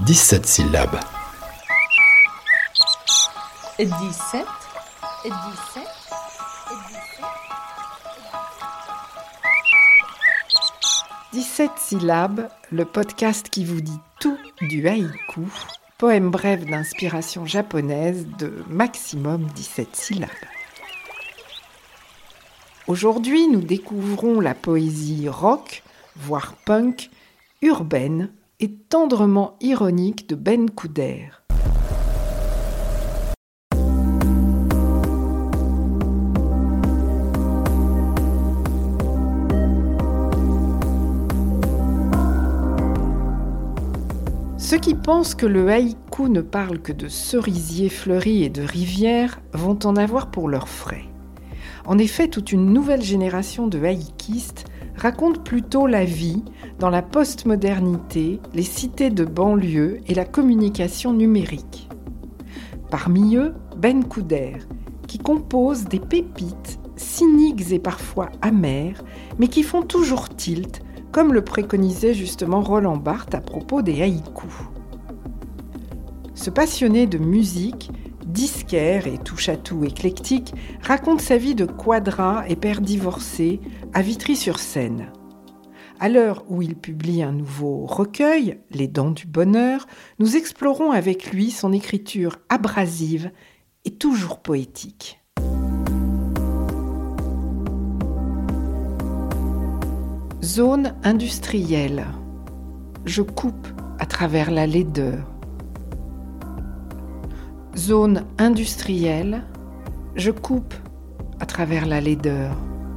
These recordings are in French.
17 syllabes. 17 syllabes, le podcast qui vous dit tout du haïku, poème bref d'inspiration japonaise de maximum 17 syllabes. Aujourd'hui, nous découvrons la poésie rock, voire punk, urbaine et tendrement ironique de Ben Couder. Ceux qui pensent que le haïku ne parle que de cerisiers fleuris et de rivières vont en avoir pour leurs frais. En effet, toute une nouvelle génération de haïkistes raconte plutôt la vie dans la postmodernité, les cités de banlieue et la communication numérique. Parmi eux, Ben Couder, qui compose des pépites cyniques et parfois amères, mais qui font toujours tilt, comme le préconisait justement Roland Barthes à propos des haïkus. Ce passionné de musique, disquaire et touche-à-tout éclectique, raconte sa vie de quadra et père divorcé à Vitry-sur-Seine. À l'heure où il publie un nouveau recueil, Les Dents du Bonheur, nous explorons avec lui son écriture abrasive et toujours poétique. Zone industrielle. Je coupe à travers la laideur. Zone industrielle. Je coupe à travers la laideur.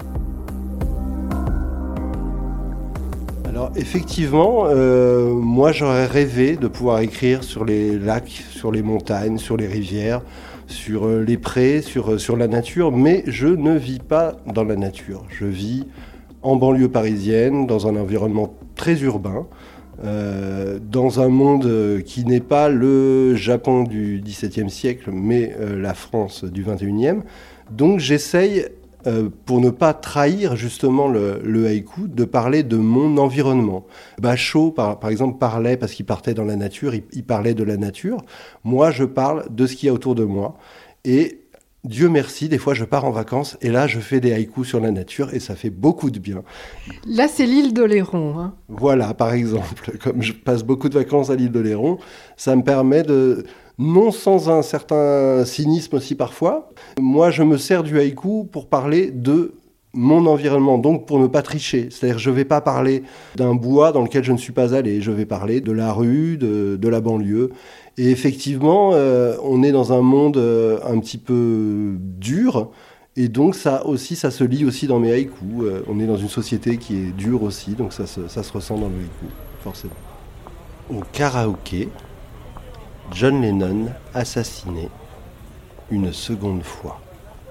Alors effectivement, moi j'aurais rêvé de pouvoir écrire sur les lacs, sur les montagnes, sur les rivières, sur les prés, sur la nature, mais je ne vis pas dans la nature. Je vis en banlieue parisienne, dans un environnement très urbain, dans un monde qui n'est pas le Japon du XVIIe siècle, mais la France du XXIe. Donc j'essaye, pour ne pas trahir justement le haïku, de parler de mon environnement. Bachot, par exemple, parlait, parce qu'il partait dans la nature, il parlait de la nature. Moi, je parle de ce qu'il y a autour de moi. Et Dieu merci, des fois je pars en vacances et là je fais des haïkus sur la nature et ça fait beaucoup de bien. Là c'est l'île d'Oléron. Hein. Voilà, par exemple, comme je passe beaucoup de vacances à l'île d'Oléron, ça me permet de, non sans un certain cynisme aussi parfois, moi je me sers du haïku pour parler de mon environnement, donc pour ne pas tricher. C'est-à-dire je ne vais pas parler d'un bois dans lequel je ne suis pas allé, je vais parler de la rue, de la banlieue. Et effectivement, on est dans un monde un petit peu dur, et donc ça se lit aussi dans mes haïkus. On est dans une société qui est dure aussi, donc ça se ressent dans le haïku, forcément. Au karaoké, John Lennon assassiné une seconde fois.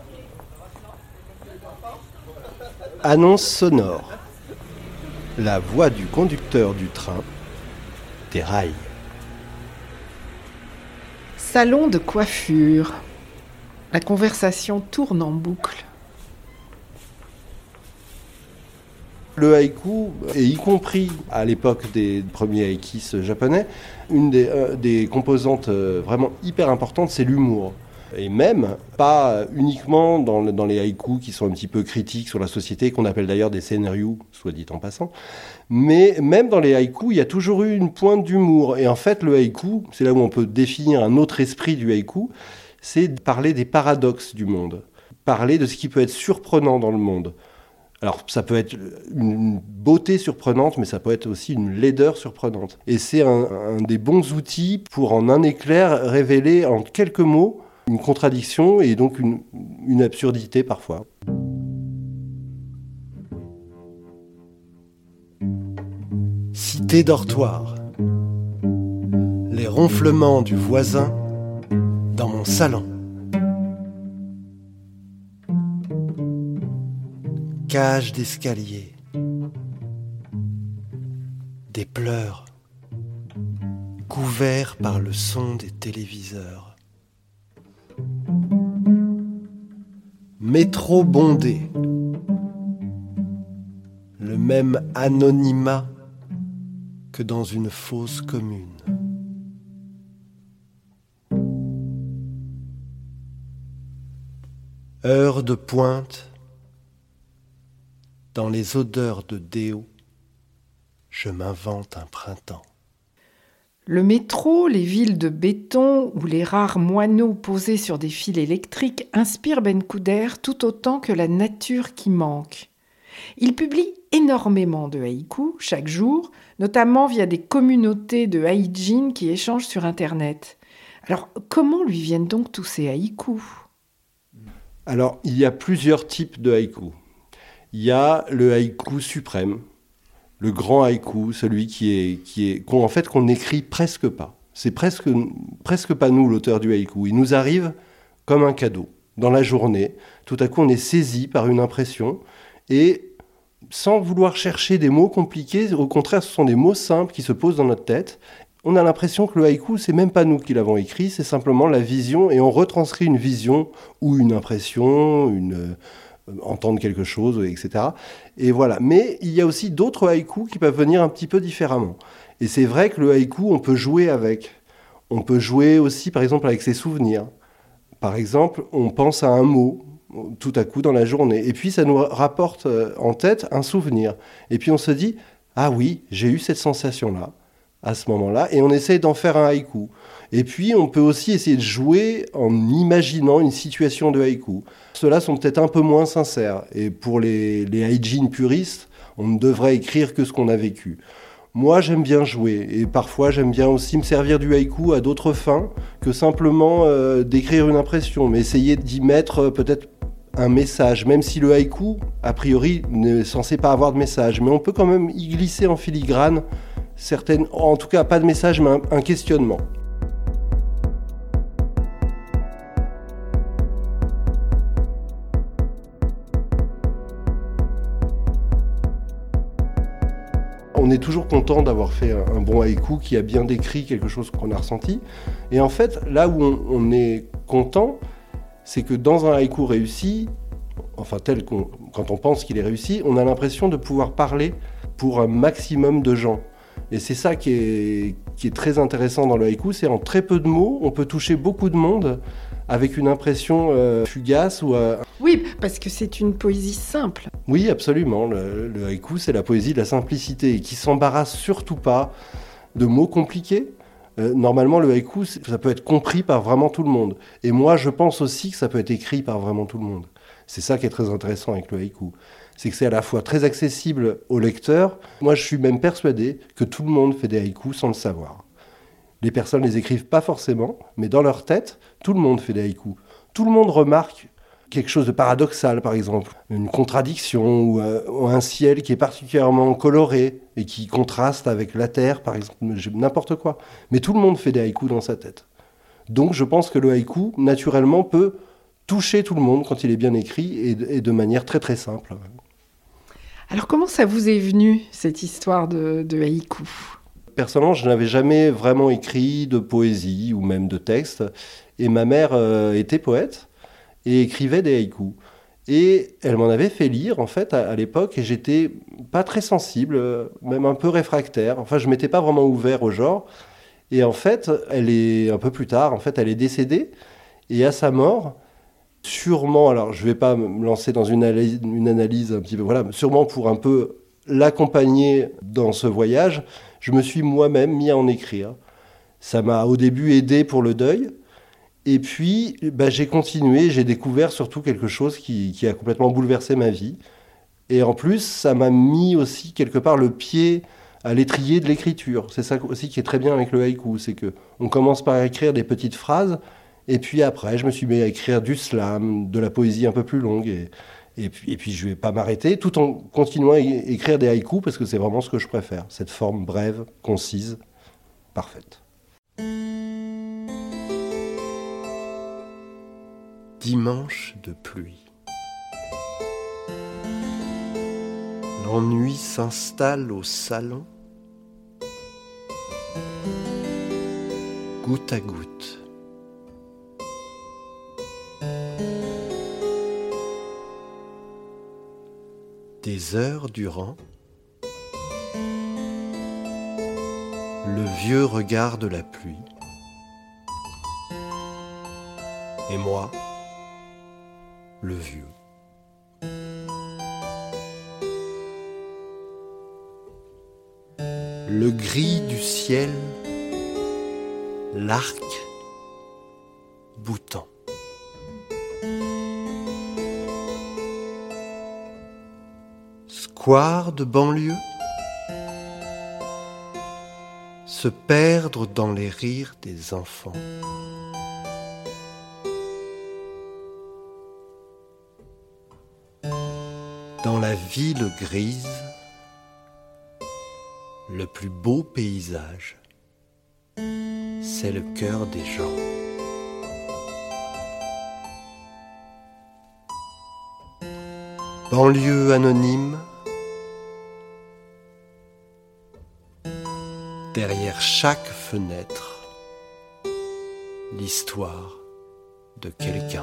Annonce sonore. La voix du conducteur du train déraille. Salon de coiffure. La conversation tourne en boucle. Le haïku, et y compris à l'époque des premiers haïkis japonais, une des composantes vraiment hyper importantes, c'est l'humour. Et même, pas uniquement dans les haïkus qui sont un petit peu critiques sur la société, qu'on appelle d'ailleurs des senryu, soit dit en passant, mais même dans les haïkus, il y a toujours eu une pointe d'humour. Et en fait, le haïku, c'est là où on peut définir un autre esprit du haïku, c'est de parler des paradoxes du monde, parler de ce qui peut être surprenant dans le monde. Alors, ça peut être une beauté surprenante, mais ça peut être aussi une laideur surprenante. Et c'est un des bons outils pour, en un éclair, révéler en quelques mots une contradiction et donc une absurdité parfois. Cité dortoir. Les ronflements du voisin dans mon salon. Cage d'escalier. Des pleurs. Couverts par le son des téléviseurs. Métro bondé. Le même anonymat que dans une fosse commune. Heure de pointe, dans les odeurs de déo, je m'invente un printemps. Le métro, les villes de béton ou les rares moineaux posés sur des fils électriques inspirent Ben Couder tout autant que la nature qui manque. Il publie énormément de haïkus chaque jour, notamment via des communautés de haïjin qui échangent sur Internet. Alors, comment lui viennent donc tous ces haïkus ? Alors, il y a plusieurs types de haïkus. Il y a le haïku suprême, le grand haïku, celui qu'on n'écrit presque pas. C'est presque pas nous l'auteur du haïku. Il nous arrive comme un cadeau. Dans la journée, tout à coup on est saisi par une impression et sans vouloir chercher des mots compliqués, au contraire ce sont des mots simples qui se posent dans notre tête. On a l'impression que le haïku, c'est même pas nous qui l'avons écrit, c'est simplement la vision et on retranscrit une vision ou une impression, entendre quelque chose, etc. Et voilà. Mais il y a aussi d'autres haïkus qui peuvent venir un petit peu différemment. Et c'est vrai que le haïku, on peut jouer avec. On peut jouer aussi, par exemple, avec ses souvenirs. Par exemple, on pense à un mot tout à coup dans la journée. Et puis, ça nous rapporte en tête un souvenir. Et puis, on se dit, ah oui, j'ai eu cette sensation-là, à ce moment-là. Et on essaye d'en faire un haïku. Et puis, on peut aussi essayer de jouer en imaginant une situation de haïku. Ceux-là sont peut-être un peu moins sincères. Et pour les haïjin puristes, on ne devrait écrire que ce qu'on a vécu. Moi, j'aime bien jouer. Et parfois, j'aime bien aussi me servir du haïku à d'autres fins que simplement d'écrire une impression. Mais essayer d'y mettre peut-être un message. Même si le haïku, a priori, n'est censé pas avoir de message. Mais on peut quand même y glisser en filigrane certaines... En tout cas, pas de message, mais un questionnement. On est toujours content d'avoir fait un bon haïku qui a bien décrit quelque chose qu'on a ressenti. Et en fait, là où on est content, c'est que dans un haïku réussi, quand on pense qu'il est réussi, on a l'impression de pouvoir parler pour un maximum de gens. Et c'est ça qui est très intéressant dans le haïku, c'est en très peu de mots, on peut toucher beaucoup de monde avec une impression fugace ou... Oui, parce que c'est une poésie simple. Oui, absolument. Le haïku, c'est la poésie de la simplicité et qui s'embarrasse surtout pas de mots compliqués. Normalement, le haïku, ça peut être compris par vraiment tout le monde. Et moi, je pense aussi que ça peut être écrit par vraiment tout le monde. C'est ça qui est très intéressant avec le haïku. C'est que c'est à la fois très accessible au lecteur. Moi, je suis même persuadé que tout le monde fait des haïkus sans le savoir. Les personnes les écrivent pas forcément, mais dans leur tête, tout le monde fait des haïkus. Tout le monde remarque quelque chose de paradoxal, par exemple, une contradiction ou un ciel qui est particulièrement coloré et qui contraste avec la terre, par exemple, n'importe quoi. Mais tout le monde fait des haïkus dans sa tête. Donc je pense que le haïku, naturellement, peut toucher tout le monde quand il est bien écrit et de manière très très simple. Alors comment ça vous est venu, cette histoire de haïku ? Personnellement, je n'avais jamais vraiment écrit de poésie ou même de texte. Et ma mère était poète et écrivait des haïkus. Et elle m'en avait fait lire, en fait, à l'époque, et j'étais pas très sensible, même un peu réfractaire. Enfin, je m'étais pas vraiment ouvert au genre. Et en fait, un peu plus tard, en fait, elle est décédée. Et à sa mort, sûrement, alors je vais pas me lancer dans une analyse un petit peu, voilà, sûrement pour un peu l'accompagner dans ce voyage, je me suis moi-même mis à en écrire. Ça m'a au début aidé pour le deuil. Et puis, j'ai continué, j'ai découvert surtout quelque chose qui a complètement bouleversé ma vie. Et en plus, ça m'a mis aussi quelque part le pied à l'étrier de l'écriture. C'est ça aussi qui est très bien avec le haïku, c'est qu'on commence par écrire des petites phrases, et puis après, je me suis mis à écrire du slam, de la poésie un peu plus longue, et puis je ne vais pas m'arrêter, tout en continuant à écrire des haïkus, parce que c'est vraiment ce que je préfère, cette forme brève, concise, parfaite. Dimanche de pluie. L'ennui s'installe au salon, goutte à goutte. Des heures durant, le vieux regarde la pluie. Et moi, le vieux. Le gris du ciel, l'arc boutant. Square de banlieue, se perdre dans les rires des enfants. Dans la ville grise, le plus beau paysage, c'est le cœur des gens. Banlieue anonyme, derrière chaque fenêtre, l'histoire de quelqu'un.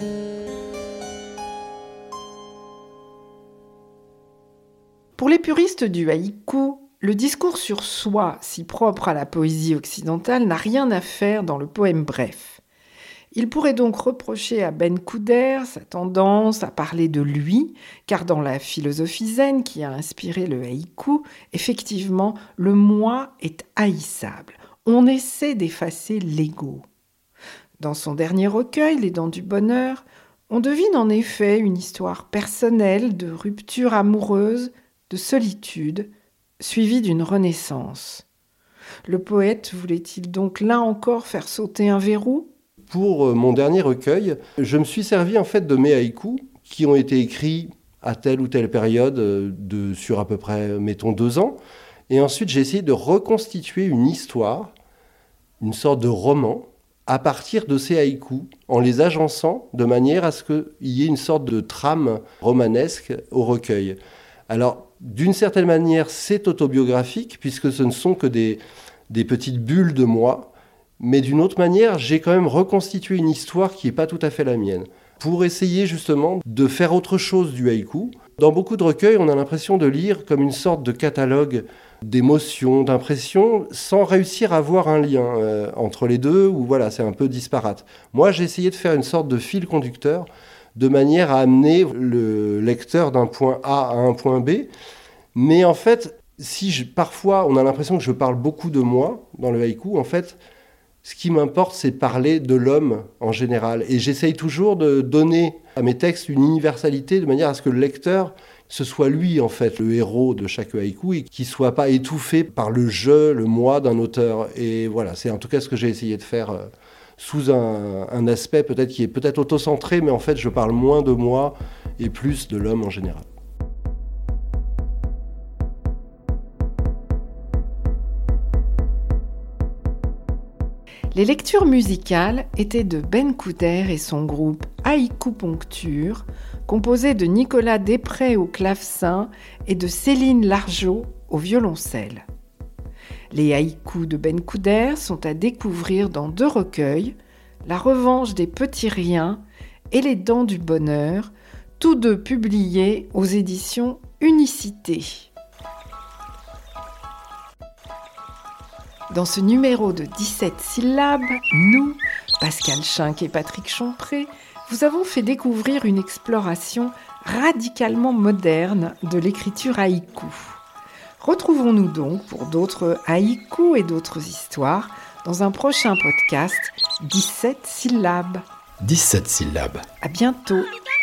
Pour les puristes du haïku, le discours sur soi, si propre à la poésie occidentale, n'a rien à faire dans le poème bref. Il pourrait donc reprocher à Ben Couder sa tendance à parler de lui, car dans la philosophie zen qui a inspiré le haïku, effectivement, le moi est haïssable. On essaie d'effacer l'ego. Dans son dernier recueil, Les Dents du Bonheur, on devine en effet une histoire personnelle de rupture amoureuse, de solitude, suivie d'une renaissance. Le poète voulait-il donc là encore faire sauter un verrou ? Pour mon dernier recueil, je me suis servi en fait de mes haïkus qui ont été écrits à telle ou telle période sur à peu près, mettons, 2 ans. Et ensuite, j'ai essayé de reconstituer une histoire, une sorte de roman, à partir de ces haïkus, en les agençant de manière à ce qu'il y ait une sorte de trame romanesque au recueil. Alors, d'une certaine manière, c'est autobiographique, puisque ce ne sont que des petites bulles de moi. Mais d'une autre manière, j'ai quand même reconstitué une histoire qui n'est pas tout à fait la mienne, pour essayer justement de faire autre chose du haïku. Dans beaucoup de recueils, on a l'impression de lire comme une sorte de catalogue d'émotions, d'impressions, sans réussir à voir un lien entre les deux, ou voilà, c'est un peu disparate. Moi, j'ai essayé de faire une sorte de fil conducteur, de manière à amener le lecteur d'un point A à un point B. Mais en fait, parfois, on a l'impression que je parle beaucoup de moi dans le haïku, en fait, ce qui m'importe, c'est parler de l'homme en général. Et j'essaye toujours de donner à mes textes une universalité de manière à ce que le lecteur, ce soit lui, en fait, le héros de chaque haïku et qu'il ne soit pas étouffé par le je, le moi d'un auteur. Et voilà, c'est en tout cas ce que j'ai essayé de faire sous un aspect peut-être qui est peut-être autocentré, mais en fait, je parle moins de moi et plus de l'homme en général. Les lectures musicales étaient de Ben Couder et son groupe Haïku-Poncture, composé de Nicolas Desprez au clavecin et de Céline Largeau au violoncelle. Les haïkus de Ben Couder sont à découvrir dans 2 recueils, La revanche des petits riens et Les Dents du Bonheur, tous 2 publiés aux éditions Unicité. Dans ce numéro de 17 syllabes, nous, Pascal Schinck et Patrick Chompré, vous avons fait découvrir une exploration radicalement moderne de l'écriture haïku. Retrouvons-nous donc pour d'autres haïkus et d'autres histoires dans un prochain podcast 17 syllabes. 17 syllabes. À bientôt.